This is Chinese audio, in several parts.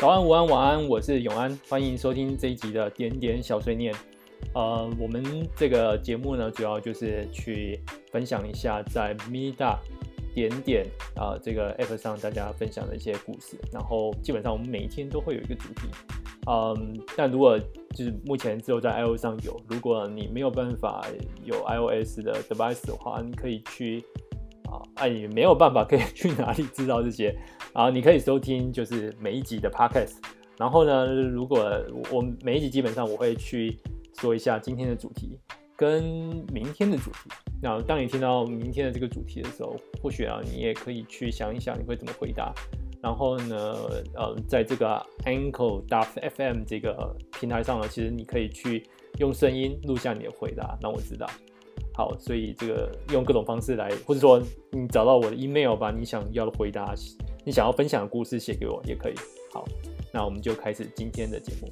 早安、午安、晚安，我是永安，欢迎收听这一集的点点小碎念。我们这个节目呢，主要就是去分享一下在 Meetup 点点这个 App 上大家分享的一些故事，然后基本上我们每一天都会有一个主题。但如果就是目前只有在 iOS 上有，如果你没有办法有 iOS 的 device 的话，你可以去你没有办法可以去哪里知道这些你可以收听就是每一集的 podcast， 然后呢，如果我每一集基本上我会去说一下今天的主题跟明天的主题。那当你听到明天的这个主题的时候，或许你也可以去想一想你会怎么回答。然后呢，在这个 Anchor.fm 这个平台上呢，其实你可以去用声音录下你的回答，让我知道。好，所以这个用各种方式来，或者说你找到我的 email， 把你想要的回答、你想要分享的故事写给我也可以。好，那我们就开始今天的节目。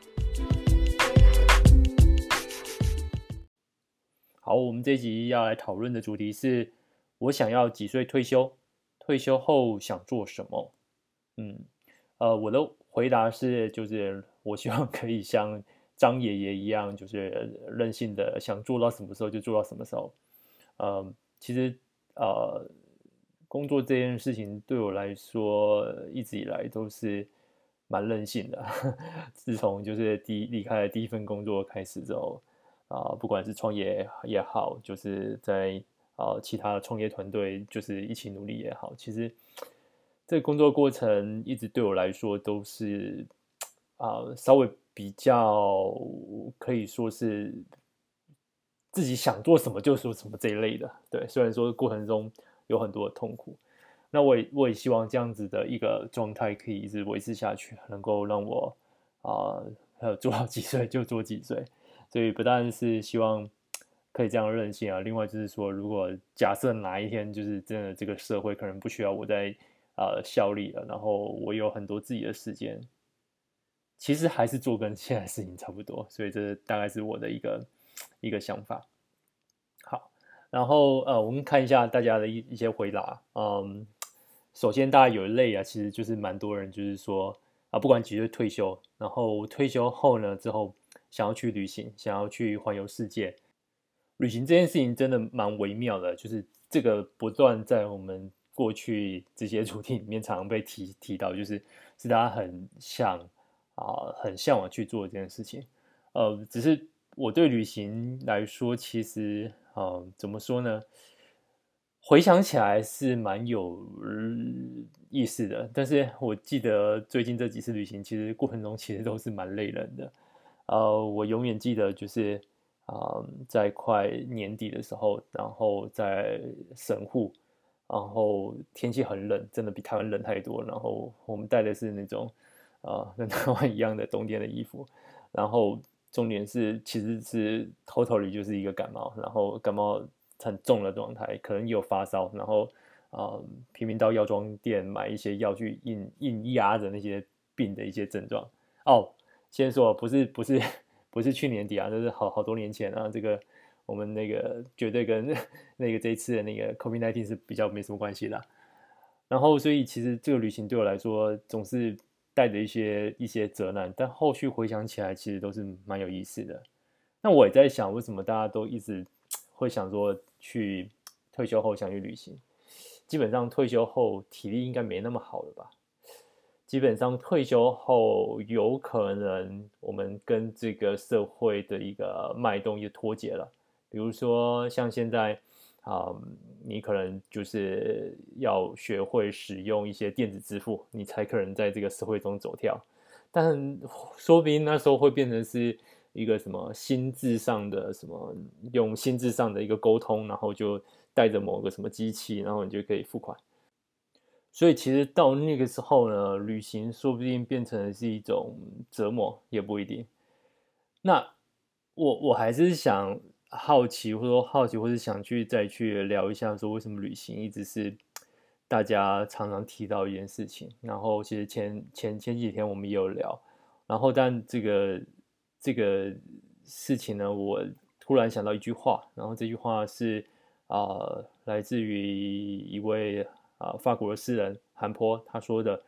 好，我们这一集要来讨论的主题是：我想要几岁退休？退休后想做什么？我的回答是，就是我希望可以像张爷爷一样，就是任性的想做到什么时候就做到什么时候。其实工作这件事情对我来说一直以来都是蛮任性的。自从就是离开了第一份工作开始之后，不管是创业也好，就是在其他的创业团队就是一起努力也好，其实这个工作过程一直对我来说都是稍微比较可以说是自己想做什么就说什么这一类的。对，虽然说过程中有很多的痛苦，那我也希望这样子的一个状态可以一直维持下去，能够让我做到几岁就做几岁。所以不但是希望可以这样任性另外就是说，如果假设哪一天就是真的这个社会可能不需要我在效力了，然后我有很多自己的时间，其实还是做跟现在的事情差不多。所以这大概是我的一个想法。好，然后我们看一下大家的一些回答。首先大家有一类其实就是蛮多人就是说不管几岁退休，然后退休后呢之后想要去旅行，想要去环游世界。旅行这件事情真的蛮微妙的，就是这个不断在我们过去这些主题里面常常被提到，是大家很向往去做这件事情。只是我对旅行来说，其实怎么说呢？回想起来是蛮有意思的，但是我记得最近这几次旅行，其实过程中其实都是蛮累人的。我永远记得就是在快年底的时候，然后在神户，然后天气很冷，真的比台湾冷太多。然后我们带的是那种跟台湾一样的冬天的衣服，然后重点是其实是 totally 就是一个感冒，然后感冒很重的状态，可能有发烧，然后拼命到药妆店买一些药去硬压着那些病的一些症状。先说不是去年底这是好多年前这个我们那个绝对跟那个这一次的那个 COVID-19 是比较没什么关系的。然后所以其实这个旅行对我来说总是带着一些责难，但后续回想起来其实都是蛮有意思的。那我也在想，为什么大家都一直会想说去退休后想去旅行？基本上退休后体力应该没那么好了吧？基本上退休后有可能我们跟这个社会的一个脉动也脱节了。比如说像现在你可能就是要学会使用一些电子支付，你才可能在这个社会中走跳。但说不定那时候会变成是一个什么心智上的什么，用心智上的一个沟通，然后就带着某个什么机器，然后你就可以付款。所以其实到那个时候呢，旅行说不定变成是一种折磨，也不一定。那我还是想好奇，或是想再去聊一下，说为什么旅行一直是大家常常提到一件事情。然后其实前几天我们也有聊，然后但这个事情呢，我突然想到一句话，然后这句话是来自于一位法国的诗人韩坡他说的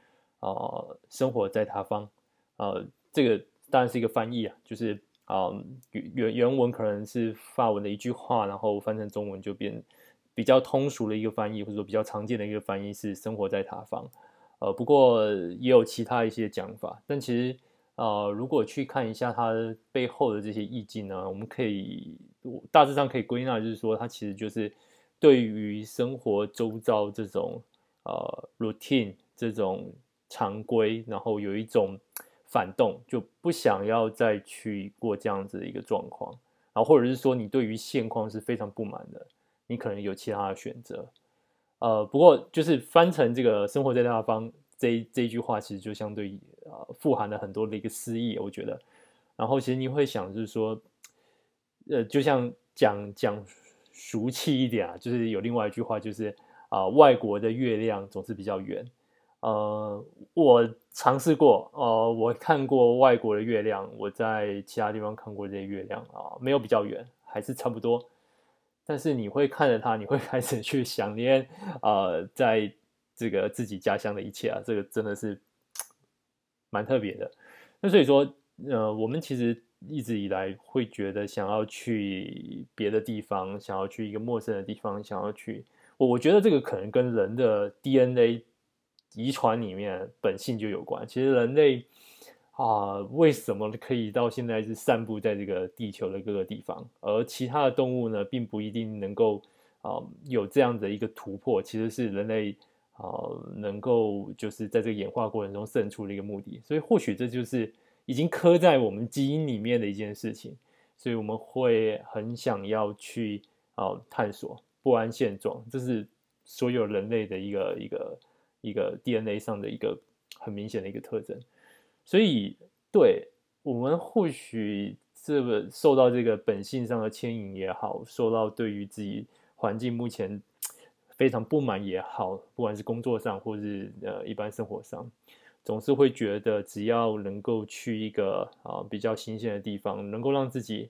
生活在他方，这个当然是一个翻译啊，就是原文可能是法文的一句话，然后翻成中文就变比较通俗的一个翻译，或者说比较常见的一个翻译是生活在他方。不过也有其他一些讲法，但其实如果去看一下它背后的这些意境呢，我们可以大致上可以归纳，就是说它其实就是对于生活周遭这种routine 这种常规，然后有一种反动，就不想要再去过这样子的一个状况，然后或者是说你对于现况是非常不满的，你可能有其他的选择。不过就是翻成这个生活在大方这一句话，其实就相对富含了很多的一个诗意，我觉得。然后其实你会想，就是说，就像讲俗气一点啊，就是有另外一句话，就是外国的月亮总是比较圆。我尝试过，我看过外国的月亮，我在其他地方看过这些月亮没有比较圆，还是差不多。但是你会看着它，你会开始去想念在这个自己家乡的一切啊，这个真的是蛮特别的。那所以说，我们其实一直以来会觉得想要去别的地方，想要去一个陌生的地方，想要去，我觉得这个可能跟人的 DNA 遗传里面本性就有关。其实人类为什么可以到现在是散布在这个地球的各个地方，而其他的动物呢，并不一定能够有这样的一个突破，其实是人类能够就是在这个演化过程中胜出的一个目的。所以或许这就是已经刻在我们基因里面的一件事情，所以我们会很想要去探索不安现状，这是所有人类的一个 DNA 上的一个很明显的一个特征。所以，对我们或许这个受到这个本性上的牵引也好，受到对于自己环境目前非常不满也好，不管是工作上或是一般生活上，总是会觉得只要能够去一个比较新鲜的地方，能够让自己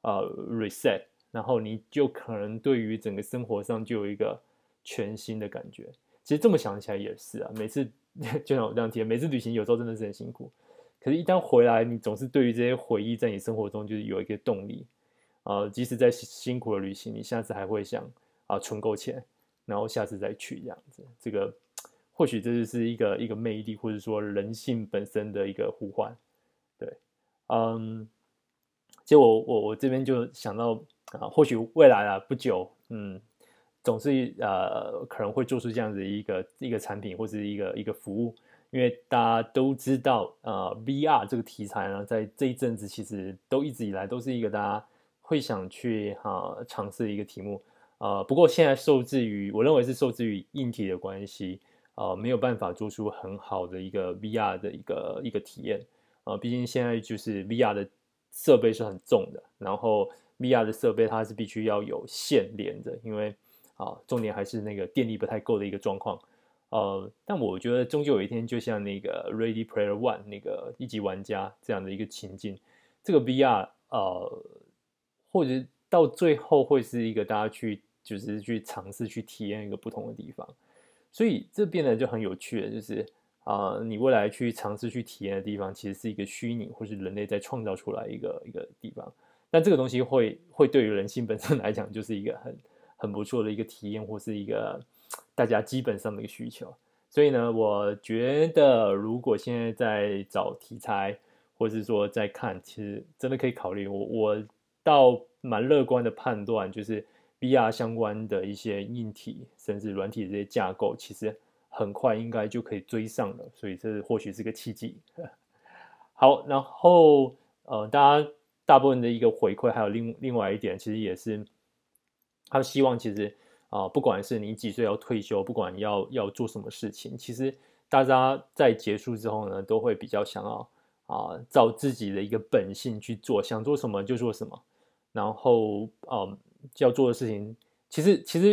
reset，然后你就可能对于整个生活上就有一个全新的感觉。其实这么想起来也是啊，每次就像我这样提，每次旅行有时候真的是很辛苦，可是，一旦回来，你总是对于这些回忆在你生活中就是有一个动力，即使在辛苦的旅行，你下次还会想存够钱，然后下次再去这样子。这个或许这就是一个魅力，或者说人性本身的一个呼唤。对，嗯，结果我这边就想到或许未来不久，总是可能会做出这样子一个产品或者一个服务，因为大家都知道VR 这个题材呢，在这一阵子其实都一直以来都是一个大家会想去尝试的一个题目。不过现在我认为是受制于硬体的关系，没有办法做出很好的一个 VR 的一个体验。毕竟现在就是 VR 的设备是很重的，然后 VR 的设备它是必须要有线连着，因为重点还是那个电力不太够的一个状况。但我觉得终究有一天，就像那个 Ready Player One 那个一级玩家这样的一个情境，这个 VR 或者到最后会是一个大家就是去尝试去体验一个不同的地方，所以这变得就很有趣了，就是你未来去尝试去体验的地方，其实是一个虚拟或是人类在创造出来一个地方，但这个东西会对于人性本身来讲，就是一个很不错的一个体验，或是一个大家基本上的一个需求。所以呢，我觉得如果现在在找题材，或是说在看，其实真的可以考虑。我倒蛮乐观的判断，就是 VR 相关的一些硬体甚至软体的这些架构，其实很快应该就可以追上了。所以这或许是个契机。好，然后大家大部分的一个回馈，还有另外一点，其实也是他希望其实不管是你几岁要退休，不管要做什么事情，其实大家在结束之后呢，都会比较想要照自己的一个本性去做，想做什么就做什么，然后要做的事情，其实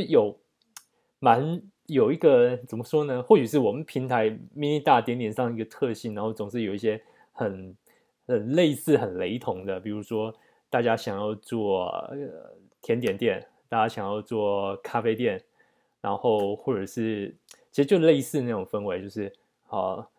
有一个怎么说呢？或许是我们平台 mini 大点点上一个特性，然后总是有一些很类似、很雷同的，比如说大家想要做甜点店，大家想要做咖啡店，然后或者是其实就类似那种氛围，就是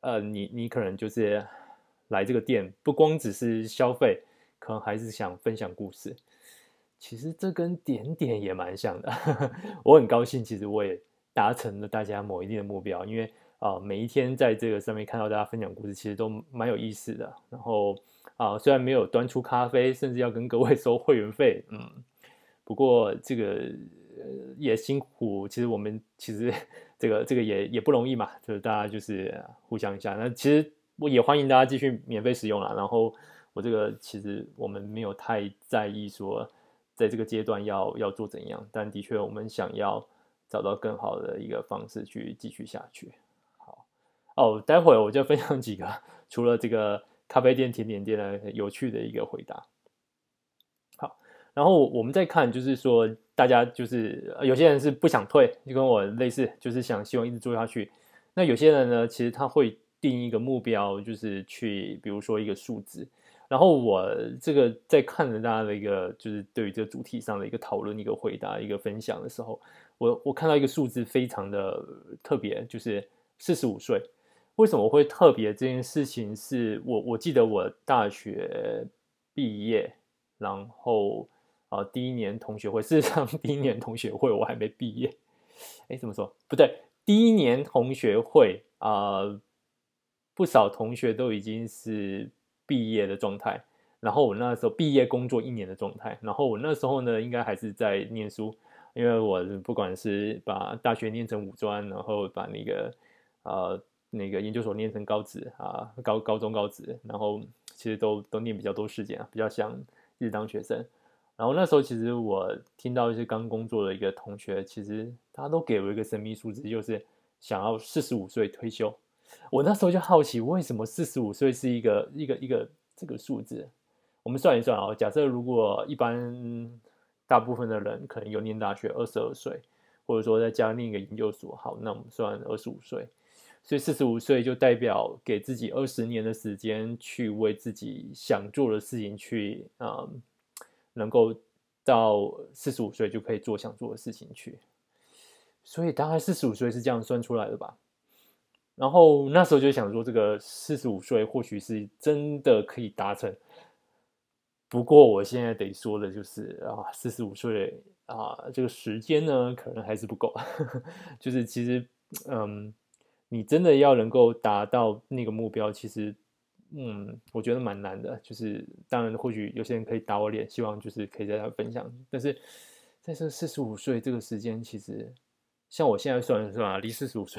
你可能就是来这个店，不光只是消费，可能还是想分享故事。其实这跟点点也蛮像的，我很高兴，其实我也达成了大家某一定的目标，因为每一天在这个上面看到大家分享故事，其实都蛮有意思的。然后虽然没有端出咖啡，甚至要跟各位收会员费，不过这个也辛苦，其实我们其实这个也不容易嘛，就是大家就是互相一下。那其实我也欢迎大家继续免费使用啦。然后我这个其实我们没有太在意说在这个阶段要做怎样，但的确我们想要找到更好的一个方式去继续下去。好待会儿我就分享几个除了这个咖啡店、甜点店的有趣的一个回答。好，然后我们再看，就是说大家就是有些人是不想退，就跟我类似，就是希望一直做下去。那有些人呢，其实他会定一个目标，就是去比如说一个数字。然后我这个在看着大家的一个就是对于这个主题上的一个讨论、一个回答、一个分享的时候，我看到一个数字非常的特别，就是45岁。为什么会特别？这件事情是我记得我大学毕业，然后第一年同学会，事实上第一年同学会我还没毕业，哎，怎么说？不对，第一年同学会不少同学都已经是毕业的状态，然后我那时候毕业工作1年的状态，然后我那时候呢，应该还是在念书，因为我不管是把大学念成五专，然后把那个研究所念成高职高中高职，然后其实都念比较多时间比较像日当学生。然后那时候其实我听到一些刚工作的一个同学，其实他都给我一个神秘数字，就是想要45岁退休。我那时候就好奇，为什么45岁是一个这个数字？我们算一算假设如果一般大部分的人可能有念大学22岁，或者说再加念一个研究所，好，那我们算25岁，所以45岁就代表给自己20年的时间去为自己想做的事情去能够到45岁就可以做想做的事情去。所以大概45岁是这样算出来的吧。然后那时候就想说，这个45岁或许是真的可以达成。不过我现在得说的就是45岁这个时间呢，可能还是不够。就是其实，你真的要能够达到那个目标，其实，我觉得蛮难的。就是当然，或许有些人可以打我脸，希望就是可以在他分享。但是在这45岁这个时间，其实像我现在算是吧，离45岁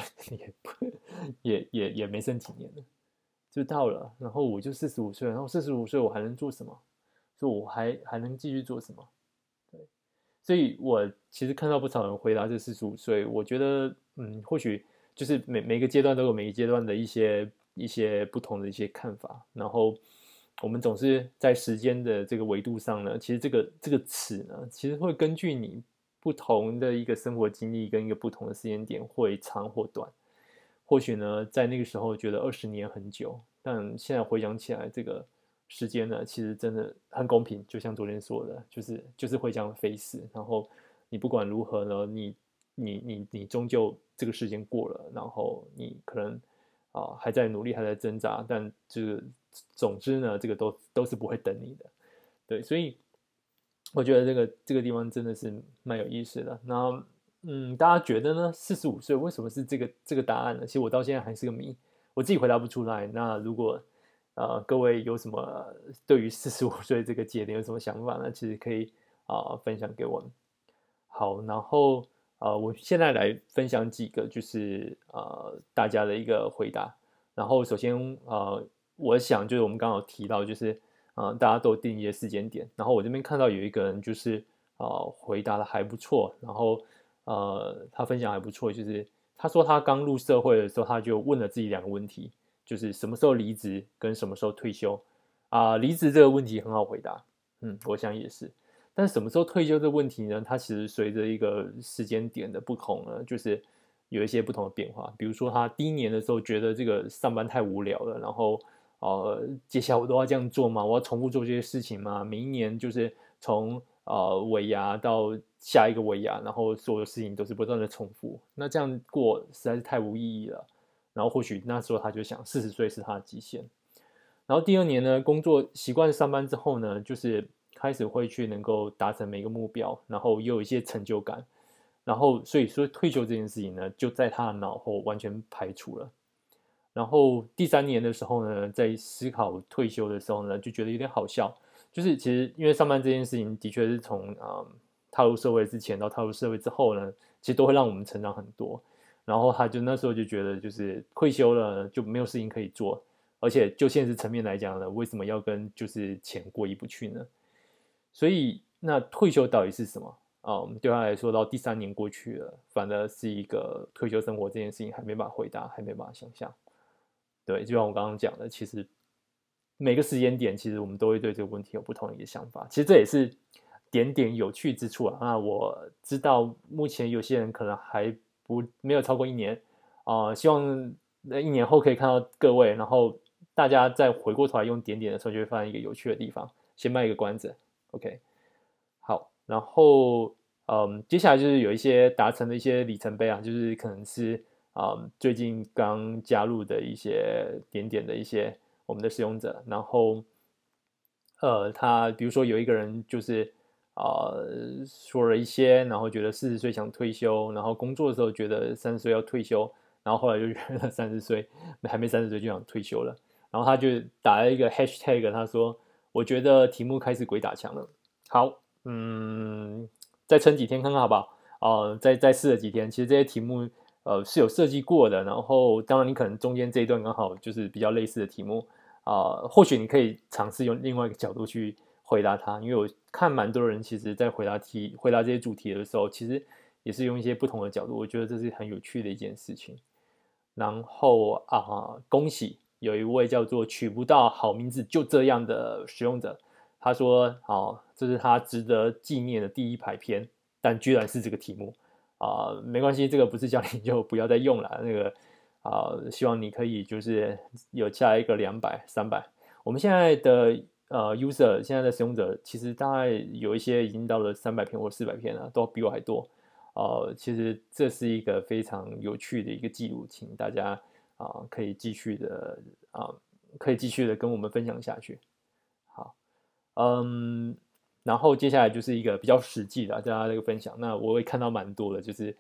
也没剩几年了，就到了。然后我就45岁，然后45岁我还能做什么？说我还能继续做什么？对，所以我其实看到不少人回答这45岁，我觉得或许就是每个阶段都有每个阶段的一些不同的一些看法，然后我们总是在时间的这个维度上呢，其实这个尺呢，其实会根据你不同的一个生活经历跟一个不同的时间点会长或短。或许呢，在那个时候觉得20年很久，但现在回想起来，这个时间呢，其实真的很公平。就像昨天说的，就是会这样飞逝。然后你不管如何呢，你终究这个时间过了，然后你可能还在努力，还在挣扎，但这个总之呢，这个都是不会等你的。对，所以我觉得这个地方真的是蛮有意思的。那大家觉得呢？45岁为什么是这个答案呢？其实我到现在还是个谜，我自己回答不出来。那如果各位有什么对于45岁这个节点有什么想法呢？其实可以分享给我们。好，然后我现在来分享几个就是大家的一个回答。然后首先我想就是我们刚好提到就是大家都定一些时间点，然后我这边看到有一个人就是回答的还不错，然后他分享还不错，就是他说他刚入社会的时候他就问了自己2个问题，就是什么时候离职跟什么时候退休离职这个问题很好回答，我想也是。但是什么时候退休这个问题呢？它其实随着一个时间点的不同呢，就是有一些不同的变化。比如说，他第一年的时候觉得这个上班太无聊了，然后接下来我都要这样做吗？我要重复做这些事情吗？每一年就是从尾牙到下一个尾牙，然后所有事情都是不断的重复，那这样过实在是太无意义了。 然后或许那时候他就想40岁是他的极限。然后第2年呢，工作习惯上班之后呢，就是开始会去能够达成每个目标，然后又有一些成就感，然后所以说退休这件事情呢，就在他的脑后完全排除了。然后第3年的时候呢，在思考退休的时候呢，就觉得有点好笑，就是其实因为上班这件事情的确是从踏入社会之前到踏入社会之后呢，其实都会让我们成长很多。然后他就那时候就觉得，就是退休了就没有事情可以做，而且就现实层面来讲呢，为什么要跟就是钱过意不去呢？所以那退休到底是什么对他来说，到第3年过去了，反而是一个退休生活这件事情还没办法回答，还没办法想象。对，就像我刚刚讲的，其实每个时间点，其实我们都会对这个问题有不同的一个想法。其实这也是点点有趣之处啊。那我知道目前有些人可能还没有超过1年希望1年后可以看到各位，然后大家再回过头来用点点的时候，就会发现一个有趣的地方。先卖一个关子 ，OK。好，然后接下来就是有一些达成的一些里程碑啊，就是可能是最近刚加入的一些点点的一些我们的使用者，然后他比如说有一个人就是说了一些，然后觉得40岁想退休，然后工作的时候觉得30岁要退休，然后后来就觉得30岁还没30岁就想退休了，然后他就打了一个 hashtag， 他说我觉得题目开始鬼打墙了。好，再撑几天看看好不好？再试了几天，其实这些题目是有设计过的，然后当然你可能中间这一段刚好就是比较类似的题目或许你可以尝试用另外一个角度去回答它，因为我看蛮多人其实在回答这些主题的时候，其实也是用一些不同的角度，我觉得这是很有趣的一件事情。然后恭喜有一位叫做取不到好名字就这样的使用者，他说这是他值得纪念的第1排篇，但居然是这个题目没关系，这个不是叫你就不要再用了，那个希望你可以就是有下一个200、300。我们现在的user 现在的使用者，其实大概有一些已经到了300篇或400篇了，都比我还多。其实这是一个非常有趣的一个记录，请大家可以继续的跟我们分享下去。好，然后接下来就是一个比较实际的大家这个分享。那我会看到蛮多的，就是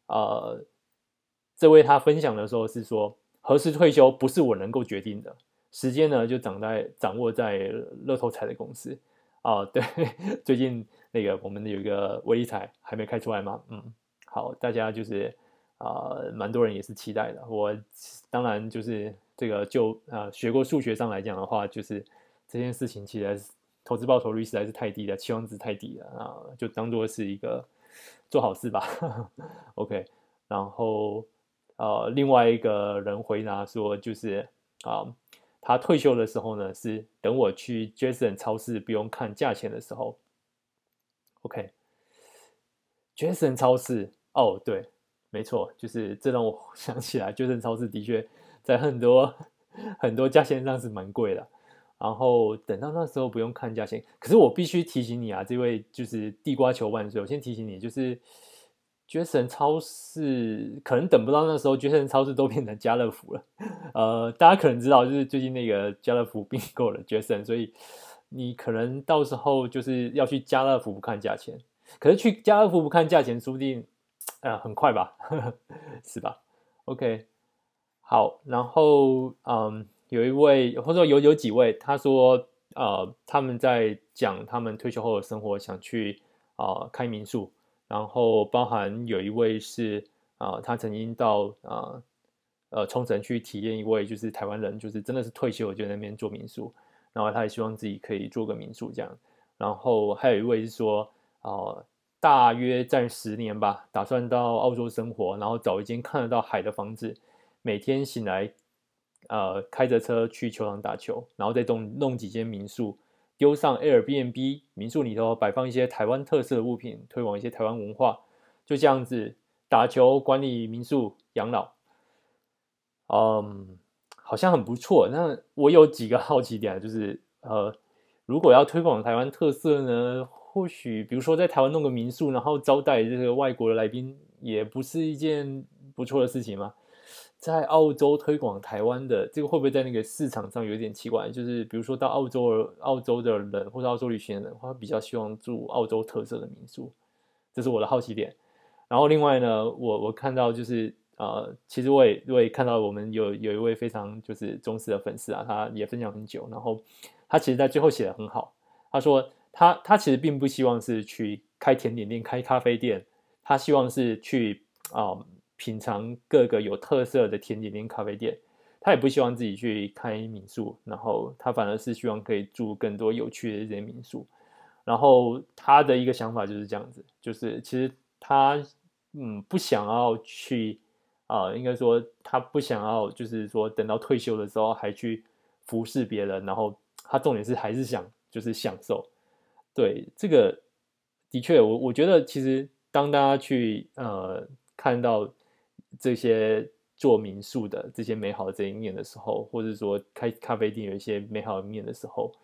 这位他分享的时候是说，何时退休不是我能够决定的，时间呢就掌握在乐透彩的公司对，最近那个我们有一个威力彩还没开出来吗？好，大家就是蛮多人也是期待的。我当然就是这个学过数学上来讲的话，就是这件事情其实投资报酬率实在是太低了，期望值太低了就当做是一个做好事吧。OK，然后另外一个人回答说，就是他退休的时候呢，是等我去 Jason 超市不用看价钱的时候。OK，Jason 超市对，没错，就是这让我想起来，Jason 超市的确在很多价钱上是蛮贵的。然后等到那时候不用看价钱，可是我必须提醒你这位就是地瓜球万岁，我先提醒你，就是Jason 超市可能等不到那时候，Jason 超市都变成家乐福了。大家可能知道，就是最近那个家乐福并购了 Jason，所以你可能到时候就是要去家乐福不看价钱，可是去家乐福不看价钱，说不定很快吧，是吧 ？OK， 好，然后有一位或者说有几位，他说他们在讲他们退休后的生活，想去开民宿，然后包含有一位是他曾经到冲绳去体验一位就是台湾人，就是真的是退休就在那边做民宿，然后他也希望自己可以做个民宿这样，然后还有一位是说大约在10年吧，打算到澳洲生活，然后找一间看得到海的房子，每天醒来开着车去球场打球，然后再弄几间民宿，丢上 Airbnb 民宿里头摆放一些台湾特色的物品，推广一些台湾文化，就这样子打球、管理民宿、养老，好像很不错。那我有几个好奇点，就是如果要推广台湾特色呢，或许比如说在台湾弄个民宿，然后招待这个外国的来宾，也不是一件不错的事情吗？ 在澳洲推广台湾的这个会不会在那个市场上有一点奇怪？就是比如说到澳洲的人或者澳洲旅行的人，他比较希望住澳洲特色的民宿，这是我的好奇点。然后另外呢，我看到就是其实我也看到我们有一位非常就是忠实的粉丝啊，他也分享很久，然后他其实在最后写的很好，他说他其实并不希望是去开甜点店、开咖啡店，他希望是去品尝各个有特色的甜点店、咖啡店。他也不希望自己去开民宿，然后他反而是希望可以住更多有趣的这些民宿。然后他的一个想法就是这样子，就是其实他不想要去应该说他不想要就是说等到退休的时候还去服侍别人，然后他重点是还是想就是享受。对，这个的确我觉得其实当大家去看到这些做民宿的这些美好的这一面的时候，或者说开咖啡店有一些美好的面的时候，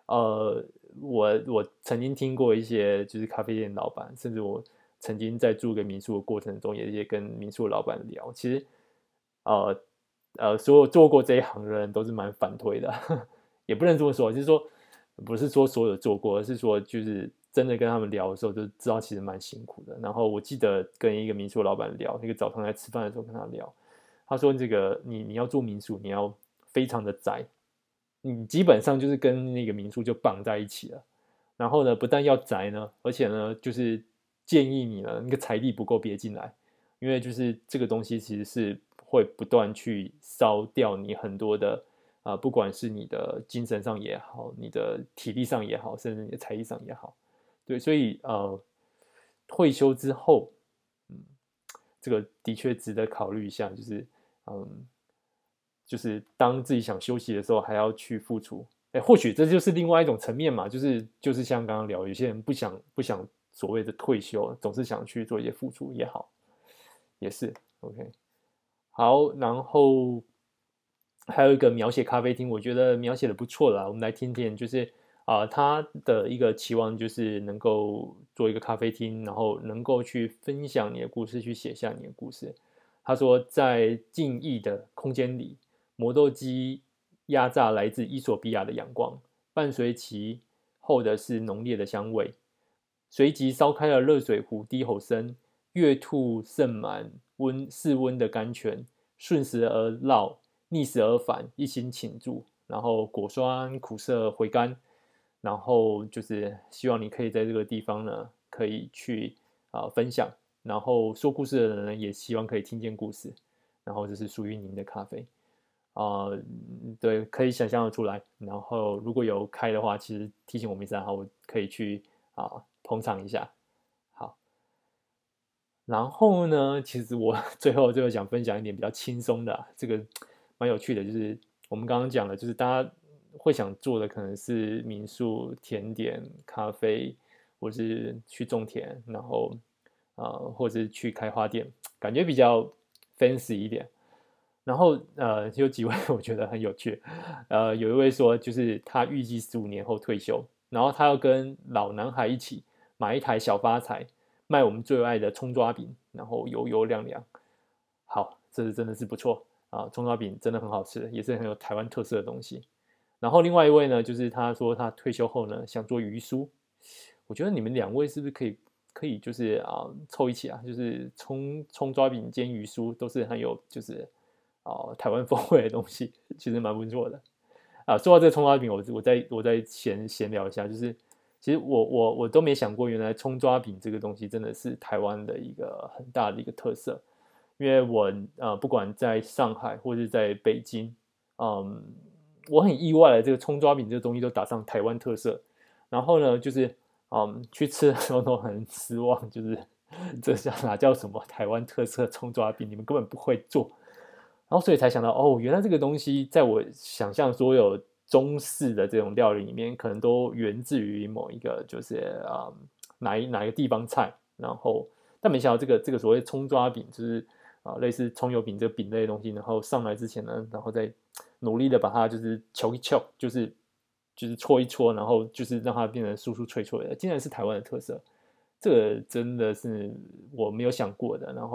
我曾经听过一些就是咖啡店老板，甚至我曾经在住个民宿的过程中，也是跟民宿老板聊，其实所有做过这一行的人都是蛮反推的，也不能这么说，就是说不是说所有做过，而是说就是真的跟他们聊的时候就知道其实蛮辛苦的。然后我记得跟一个民宿老板聊，那个早上来吃饭的时候跟他聊，他说这个你要做民宿，你要非常的宅。你基本上就是跟那个民宿就绑在一起了。然后呢，不但要宅呢，而且呢，就是建议你呢，那个财力不够别进来，因为就是这个东西其实是会不断去烧掉你很多的不管是你的精神上也好，你的体力上也好，甚至你的财力上也好，对，所以退休之后，嗯，这个的确值得考虑一下，就是嗯。就是当自己想休息的时候，还要去付出。哎，或许这就是另外一种层面嘛，就是像刚刚聊，有些人不想所谓的退休，总是想去做一些付出也好，也是 OK。好，然后还有一个描写咖啡厅，我觉得描写的不错啦，我们来听听，就是他的一个期望就是能够做一个咖啡厅，然后能够去分享你的故事，去写下你的故事。他说，在静谧的空间里，磨豆机压榨来自伊索比亚的阳光，伴随其后的是浓烈的香味。随即烧开了热水壶低吼声，月兔盛满室温的甘泉，顺时而绕，逆时而返，一心倾注。然后果酸苦涩回甘，然后就是希望你可以在这个地方呢，可以去分享。然后说故事的人呢，也希望可以听见故事。然后这是属于您的咖啡。对，可以想象的出来。然后如果有开的话，其实提醒我们一下，我可以去捧场一下。好，然后呢，其实我最后就想分享一点比较轻松的这个蛮有趣的，就是我们刚刚讲的，就是大家会想做的可能是民宿、甜点、咖啡，或是去种田，然后或者是去开花店，感觉比较 fancy 一点。然后有几位我觉得很有趣，有一位说就是他预计15年后退休，然后他要跟老男孩一起买一台小发财，卖我们最爱的葱抓饼，然后油油亮亮。好，这是真的是不错啊，葱抓饼真的很好吃，也是很有台湾特色的东西。然后另外一位呢，就是他说他退休后呢想做鱼酥，我觉得你们两位是不是可以就是凑一起啊，就是葱抓饼煎鱼酥都是很有就是台湾风味的东西，其实蛮不错的。说到这个葱抓饼，我再闲聊一下，就是其实我都没想过，原来葱抓饼这个东西真的是台湾的一个很大的一个特色。因为我不管在上海或是在北京，嗯，我很意外的这个葱抓饼这个东西都打上台湾特色。然后呢，就是去吃的时候都很失望，就是这哪叫什么台湾特色葱抓饼，你们根本不会做。然后所以才想到，哦，原来这个东西在我想象所有中式的这种料理里面，可能都源自于某一个就是哪一个地方菜。然后但没想到这个所谓葱抓饼，就是类似葱油饼这个饼类的东西，然后上来之前呢，然后再努力的把它就是敲一敲，就是搓一搓，然后就是让它变成酥酥脆脆的，竟然是台湾的特色。这个真的是我没有想过的。然后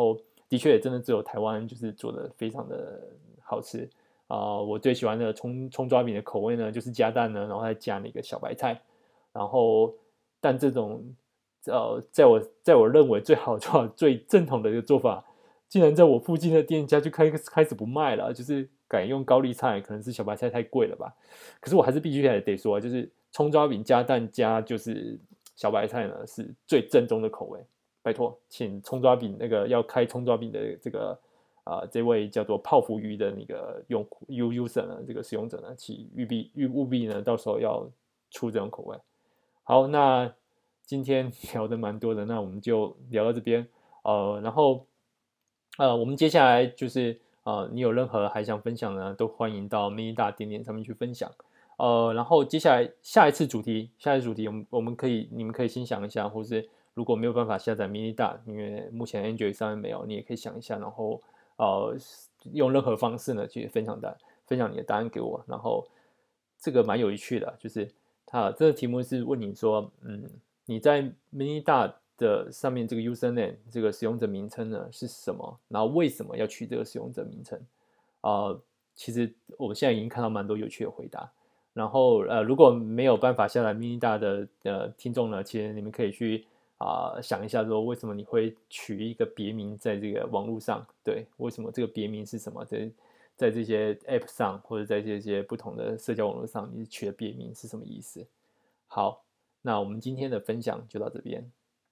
的确真的只有台湾就是做的非常的好吃我最喜欢的葱抓饼的口味呢，就是加蛋呢，然后再加那个小白菜，然后但这种在我认为最好做最正统的一个做法，竟然在我附近的店家就开始不卖了，就是改用高丽菜，可能是小白菜太贵了吧。可是我还是必须得说，就是葱抓饼加蛋加就是小白菜呢，是最正宗的口味。拜托，请葱抓饼那个要开葱抓饼的这个这位叫做泡芙鱼的那个user 呢，这个使用者呢，请务必呢，到时候要出这种口味。好，那今天聊的蛮多的，那我们就聊到这边。然后我们接下来就是你有任何还想分享的呢，都欢迎到 mini 大点点上面去分享。然后接下来下一次主题，你们可以先想一下，或是如果没有办法下载 mini 大，因为目前 Android 上面没有，你也可以想一下，然后用任何方式呢去分享你的答案给我。然后这个蛮有趣的，就是这个题目是问你说，你在 mini 大的上面这个 username 这个使用者名称呢是什么？然后为什么要取这个使用者名称？其实我现在已经看到蛮多有趣的回答。然后如果没有办法下载 mini 大的听众呢，其实你们可以去想一下说，为什么你会取一个别名在这个网络上？对，为什么这个别名是什么？在这些 app 上或者在这些不同的社交网络上，你取的别名是什么意思？好，那我们今天的分享就到这边。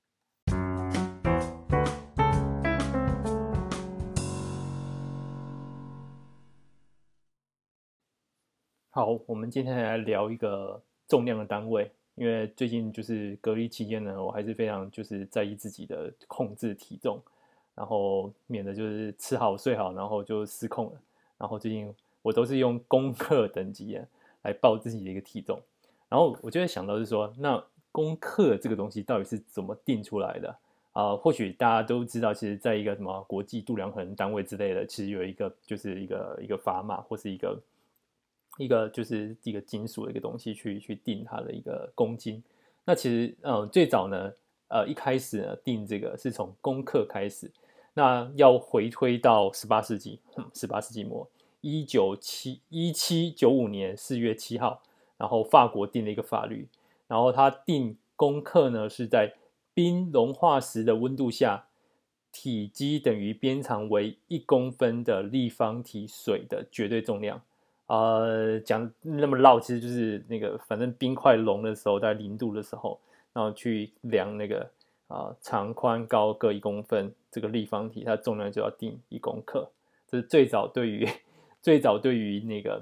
好，我们今天来聊一个重量的单位，因为最近就是隔离期间呢，我还是非常就是在意自己的控制体重，然后免得就是吃好睡好，然后就失控了。然后最近我都是用公克等级来报自己的一个体重，然后我就会想到是说，那公克这个东西到底是怎么定出来的？或许大家都知道，其实在一个什么国际度量衡单位之类的，其实有一个就是一个砝码或是就是一个金属的一个东西去定它的一个公斤。那其实最早呢一开始呢定这个是从公克开始，那要回推到18世纪末1795年4月7号，然后法国定了一个法律，然后它定公克呢是在冰融化时的温度下，体积等于边长为1公分的立方体水的绝对重量。讲那么绕，其实就是那个，反正冰块融的时候，在0度的时候，然后去量那个长宽高各1公分，这个立方体它的重量就要定1公克。这是最早对于那个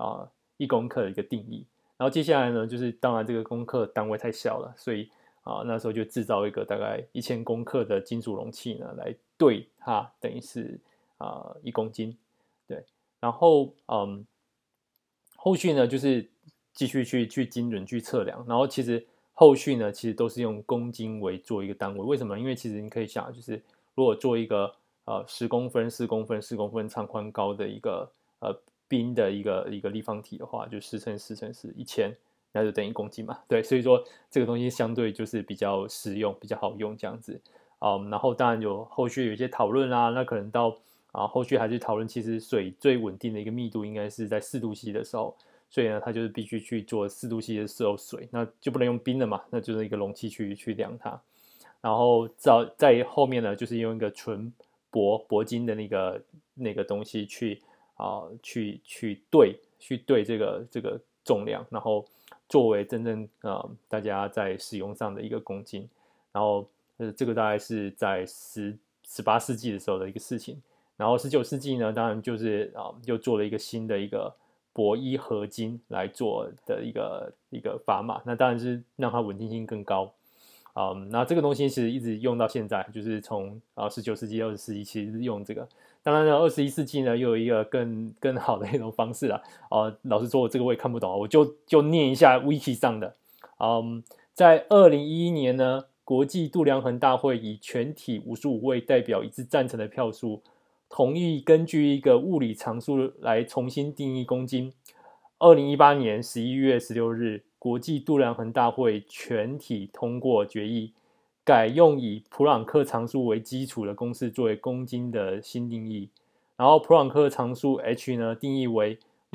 1公克的一个定义。然后接下来呢，就是当然这个公克单位太小了，所以那时候就制造一个大概1000公克的金属容器呢，来对它，等于是1公斤。对，然后后续呢，就是继续去精准去测量，然后其实后续呢，其实都是用公斤为做一个单位。为什么？因为其实你可以想，就是如果做一个10公分、4公分、4公分长宽高的一个冰的一个立方体的话，就10乘10乘10 1000，那就等于1公斤嘛。对，所以说这个东西相对就是比较实用、比较好用这样子。然后当然有后续有一些讨论啦，那可能到后续还是讨论，其实水最稳定的一个密度应该是在4°C 的时候，所以呢，它就是必须去做4°C的时候水，那就不能用冰的嘛，那就是一个容器去量它。然后在后面呢，就是用一个纯铂金的那个东西去对这个重量，然后作为真正大家在使用上的一个公斤。然后这个大概是在18世纪的时候的一个事情。然后19世纪呢，当然就是又做了一个新的一个铂1合金来做的一个砝码，那当然是让它稳定性更高。那这个东西其实一直用到现在，就是从19世纪、20世纪其实是用这个。当然呢，21世纪呢又有一个更好的一种方式啦。老实说，这个我也看不懂，我就念一下 Wiki 上的。在2011年呢，国际度量衡大会以全体55位代表一致赞成的票数，同意根据一个物理常数来重新定义公斤。2018年11月16日，国际度量衡大会全体通过决议， 改用以普朗克常数为基础的公式作为公斤的新定义。然后普朗克常数 h 呢，定义为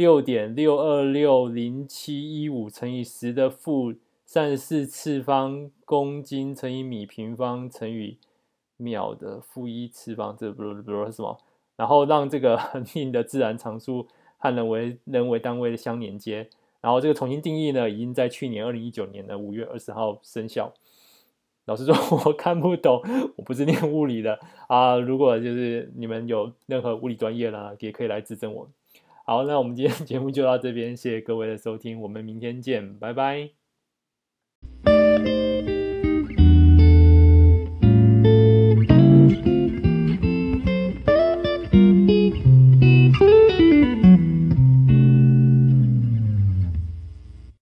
6.6260715乘以10的负34次方公斤乘以米平方乘以秒的负1次方，这不是什么？然后让这个恒定的自然常数和人为单位的相连接。然后这个重新定义呢，已经在去年2019年的5月20号生效。老实说，我看不懂，我不是念物理的啊。如果就是你们有任何物理专业啦，也可以来指正我。好，那我们今天节目就到这边，谢谢各位的收听，我们明天见，拜拜。